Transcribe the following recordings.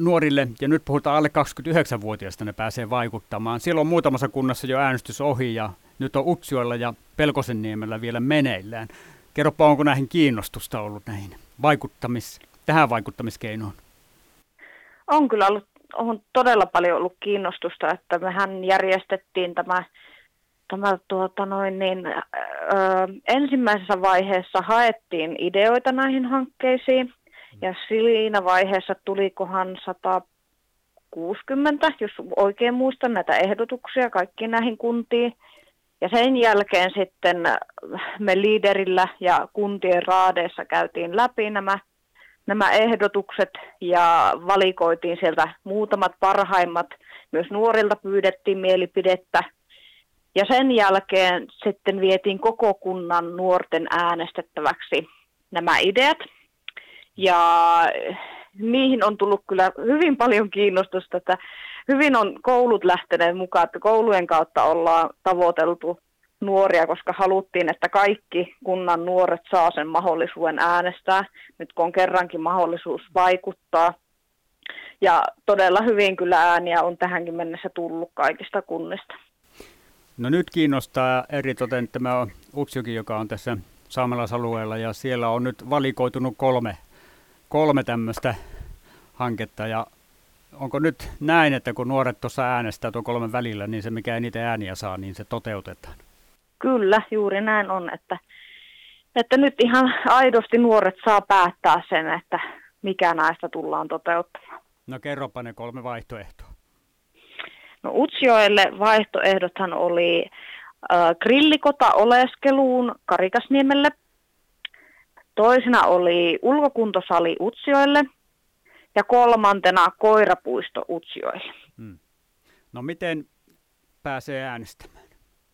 nuorille, ja nyt puhutaan alle 29-vuotiaista, ne pääsee vaikuttamaan. Siellä on muutamassa kunnassa jo äänestys ohi, ja nyt on Utsjoella ja Pelkosenniemellä vielä meneillään. Kerropa, onko näihin kiinnostusta ollut tähän vaikuttamiskeinoon? On kyllä ollut, on todella paljon ollut kiinnostusta, että mehän järjestettiin ensimmäisessä vaiheessa haettiin ideoita näihin hankkeisiin, ja siinä vaiheessa tulikohan 160, jos oikein muistan, näitä ehdotuksia kaikkiin näihin kuntiin. Ja sen jälkeen sitten me liiderillä ja kuntien raadeissa käytiin läpi nämä ehdotukset ja valikoitiin sieltä muutamat parhaimmat. Myös nuorilta pyydettiin mielipidettä. Ja sen jälkeen sitten vietiin koko kunnan nuorten äänestettäväksi nämä ideat. Ja niihin on tullut kyllä hyvin paljon kiinnostusta, että hyvin on koulut lähteneet mukaan, että koulujen kautta ollaan tavoiteltu nuoria, koska haluttiin, että kaikki kunnan nuoret saa sen mahdollisuuden äänestää, nyt kun on kerrankin mahdollisuus vaikuttaa. Ja todella hyvin kyllä ääniä on tähänkin mennessä tullut kaikista kunnista. No nyt kiinnostaa eritoten tämä Utsjoki, joka on tässä saamelaisalueella, ja siellä on nyt valikoitunut kolme tämmöistä hanketta, ja onko nyt näin, että kun nuoret tuossa äänestää tuon 3 välillä, niin se mikä eniten ääniä saa, niin se toteutetaan? Kyllä, juuri näin on, että nyt ihan aidosti nuoret saa päättää sen, että mikä näistä tullaan toteuttamaan. No kerropa ne 3 vaihtoehtoa. No Utsjoelle vaihtoehdothan oli grillikota oleskeluun Karikasniemelle. Toisena oli ulkokuntosali Utsjoelle ja 3. koirapuisto Utsjoelle. No miten pääsee äänestämään?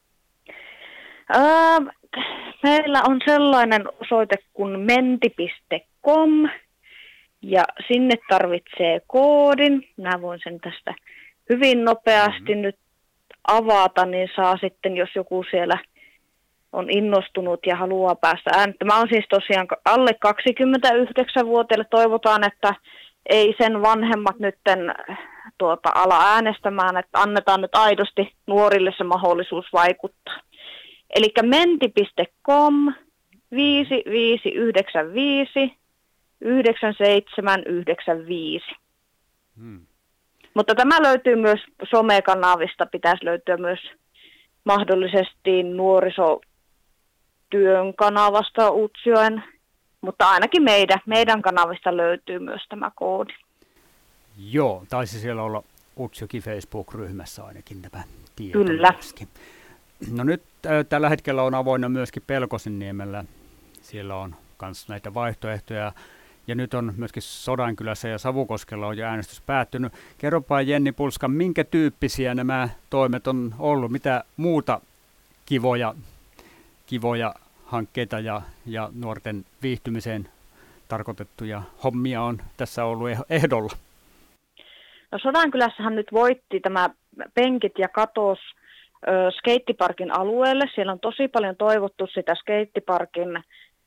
Meillä on sellainen osoite kuin menti.com ja sinne tarvitsee koodin. Minä voin sen tästä hyvin nopeasti nyt avata, niin saa sitten, jos joku siellä on innostunut ja haluaa päästä äänestämään. On siis tosiaan alle 29-vuotiaille. Toivotaan, että ei sen vanhemmat nytten ala äänestämään, että annetaan nyt aidosti nuorille se mahdollisuus vaikuttaa. Eli menti.com 5595 9795. Mutta tämä löytyy myös somekanavista, pitäisi löytyä myös mahdollisesti nuorisotyön kanavasta Utsjoen, mutta ainakin meidän kanavista löytyy myös tämä koodi. Joo, taisi siellä olla Utsjoki Facebook-ryhmässä ainakin tämä tieto. Kyllä. Myöskin. No nyt tällä hetkellä on avoinna myöskin Pelkosenniemellä. Siellä on myös näitä vaihtoehtoja. Ja nyt on myöskin Sodankylässä ja Savukoskella on jo äänestys päättynyt. Kerropa Jenni Pulska, minkä tyyppisiä nämä toimet on ollut? Mitä muuta kivoja hankkeita ja nuorten viihtymiseen tarkoitettuja hommia on tässä ollut ehdolla? No Sodankylässähän nyt voitti tämä Penkit ja katos skeittiparkin alueelle. Siellä on tosi paljon toivottu sitä skeittiparkin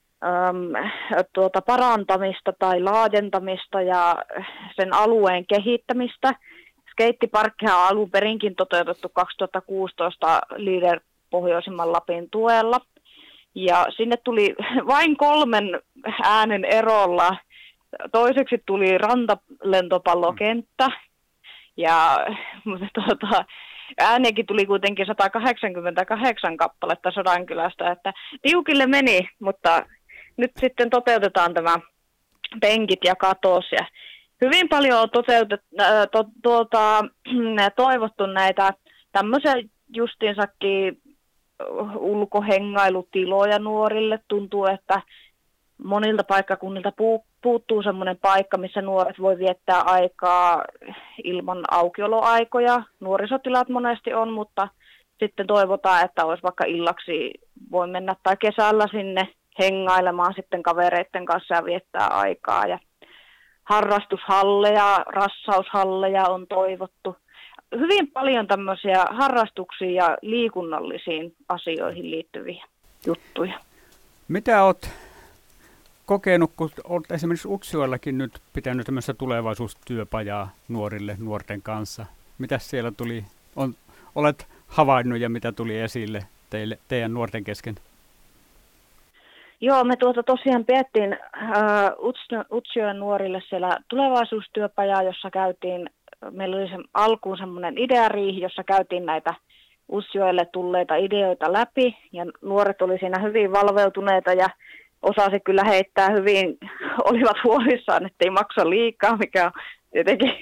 parantamista tai laajentamista ja sen alueen kehittämistä. Skeittiparkkihan on alun perinkin toteutettu 2016 Leader Pohjoisimman Lapin tuella. Ja sinne tuli vain 3 äänen erolla. Toiseksi tuli rantalentopallokenttä ja ääniäkin tuli kuitenkin 188 kappaletta Sodankylästä, että tiukille meni, mutta nyt sitten toteutetaan tämä Penkit ja katos. Ja hyvin paljon on toivottu näitä tämmöisiä justiinsakin ulkohengailutiloja nuorille. Tuntuu, että monilta paikkakunnilta puuttuu semmoinen paikka, missä nuoret voi viettää aikaa ilman aukioloaikoja. Nuorisotilat monesti on, mutta sitten toivotaan, että olisi vaikka illaksi voi mennä tai kesällä sinne hengailemaan sitten kavereiden kanssa ja viettää aikaa. Ja harrastushalleja, rassaushalleja on toivottu. Hyvin paljon tämmöisiä harrastuksiin ja liikunnallisiin asioihin liittyviä juttuja. Mitä olet kokenut, kun olet esimerkiksi Utsjoellakin nyt pitänyt tämmöistä tulevaisuustyöpajaa nuorille, nuorten kanssa. Mitäs siellä tuli, olet havainnut ja mitä tuli esille teidän nuorten kesken? Joo, me tosiaan piettiin Utsjoen nuorille siellä tulevaisuustyöpajaa, jossa meillä oli alkuun semmoinen ideariihi, jossa käytiin näitä Utsjoelle tulleita ideoita läpi, ja nuoret oli siinä hyvin valveutuneita ja osasi kyllä heittää hyvin, olivat huolissaan, ettei maksa liikaa, mikä on tietenkin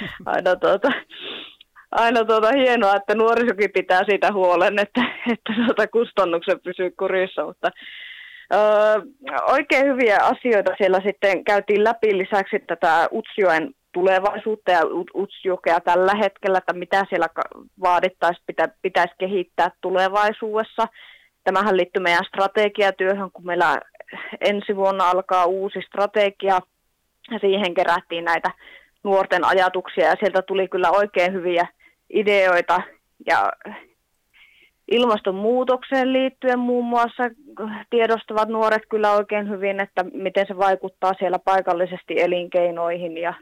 aina hienoa, että nuorisokin pitää siitä huolen, että kustannukset pysyy kurissa, mutta oikein hyviä asioita siellä sitten käytiin läpi, lisäksi tätä Utsjoen tulevaisuutta ja Utsjokea tällä hetkellä, että mitä siellä vaadittaisiin, pitäisi kehittää tulevaisuudessa. Tämähän liittyy meidän strategiatyöhön, kun meillä ensi vuonna alkaa uusi strategia, ja siihen kerättiin näitä nuorten ajatuksia, ja sieltä tuli kyllä oikein hyviä ideoita, ja ilmastonmuutokseen liittyen muun muassa tiedostavat nuoret kyllä oikein hyvin, että miten se vaikuttaa siellä paikallisesti elinkeinoihin ja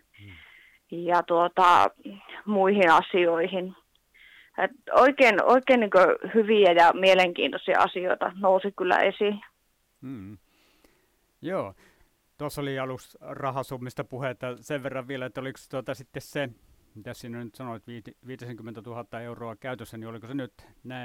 muihin asioihin. Et oikein niin kuin hyviä ja mielenkiintoisia asioita nousi kyllä esiin. Joo, tuossa oli alussa rahasummista puhetta sen verran vielä, että oliko sitten se, mitä sinä nyt sanoit, 50 000 euroa käytössä, niin oliko se nyt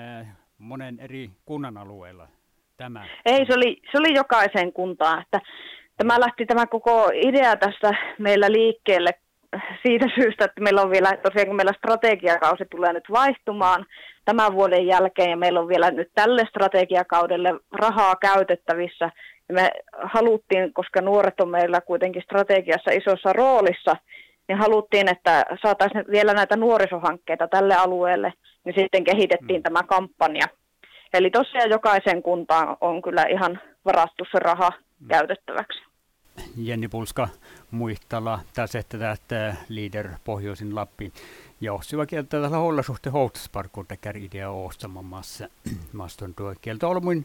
monen eri kunnan alueella tämä? Ei, se oli jokaiseen kuntaan. Että tämä koko idea tässä meillä liikkeelle siitä syystä, että meillä on vielä, tosiaan kun meillä strategiakausi tulee nyt vaihtumaan tämän vuoden jälkeen, ja meillä on vielä nyt tälle strategiakaudelle rahaa käytettävissä, ja me haluttiin, koska nuoret on meillä kuitenkin strategiassa isossa roolissa, niin haluttiin, että saataisiin vielä näitä nuorisohankkeita tälle alueelle, niin sitten kehitettiin tämä kampanja. Eli tosiaan jokaisen kuntaan on kyllä ihan varattu se raha käytettäväksi. Jenni Pulska Muihtala, tässä että Leader Pohjoisin Lappi. Ja ossiva kieltä tällä olla suhteen houttasparkuutta idea oostamassa maston tuo kieltä olmuin.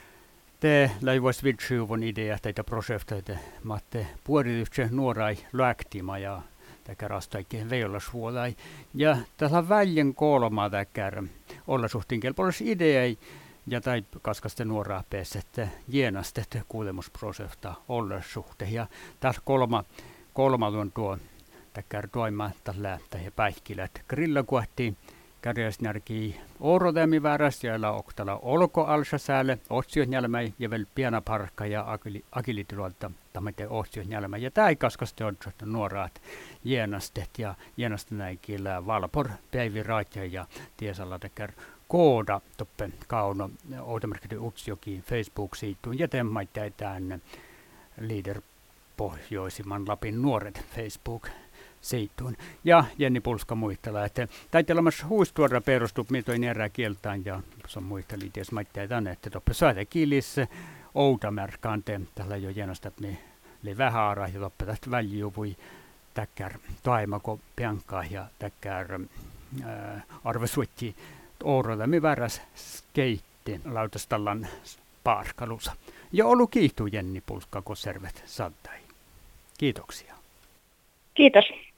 Te läivois vidsuvon idea teitä projekteita matte puolitykseen nuorai läktima ja täkä rastaikin veilasvuolai. Ja tässä väljen kolmaa täkä olla suhteen kelpollis idea ja tai kaskaste nuoraa pääsette jienastet kuulemusprosessta olla suhteen. Ja tässä kolma tuo täkkär toima tällä ja päihkilät grillakuhti kärjäsnärki orodemi vääräs ja oktala olko alsasäälle otsiot njälmäi ja vielä piena parkka ja agilitiluolta tamete otsiot njälmäi. Ja tämä ei kaskaste on nuoraat jienastet ja jienastet näikillä valpor päivi raatja ja tiesalla täkkär kooda toppe kauno automerkity Utsjoki Facebook-siittuun ja temmaittaa tämän Leader Pohjoisimman Lapin nuoret Facebook-siittuun. Ja Jenni Pulska Muihtala, että taitelemassa huistuora perustuu mitoin erää kieltään ja se on muisteli ties maittaa tänne, että toppe saada kielissä outamärkaan tällä jo jännästä, että me oli vähäara ja toppe tästä väljuvui täkkär taimako piankkaa ja täkkär arvesuitti Oorolämi vääräs skeitti lautastallan parkalusa. Ja ollut kiihtuu Jenni Pulska, kun servet sattai. Kiitoksia. Kiitos.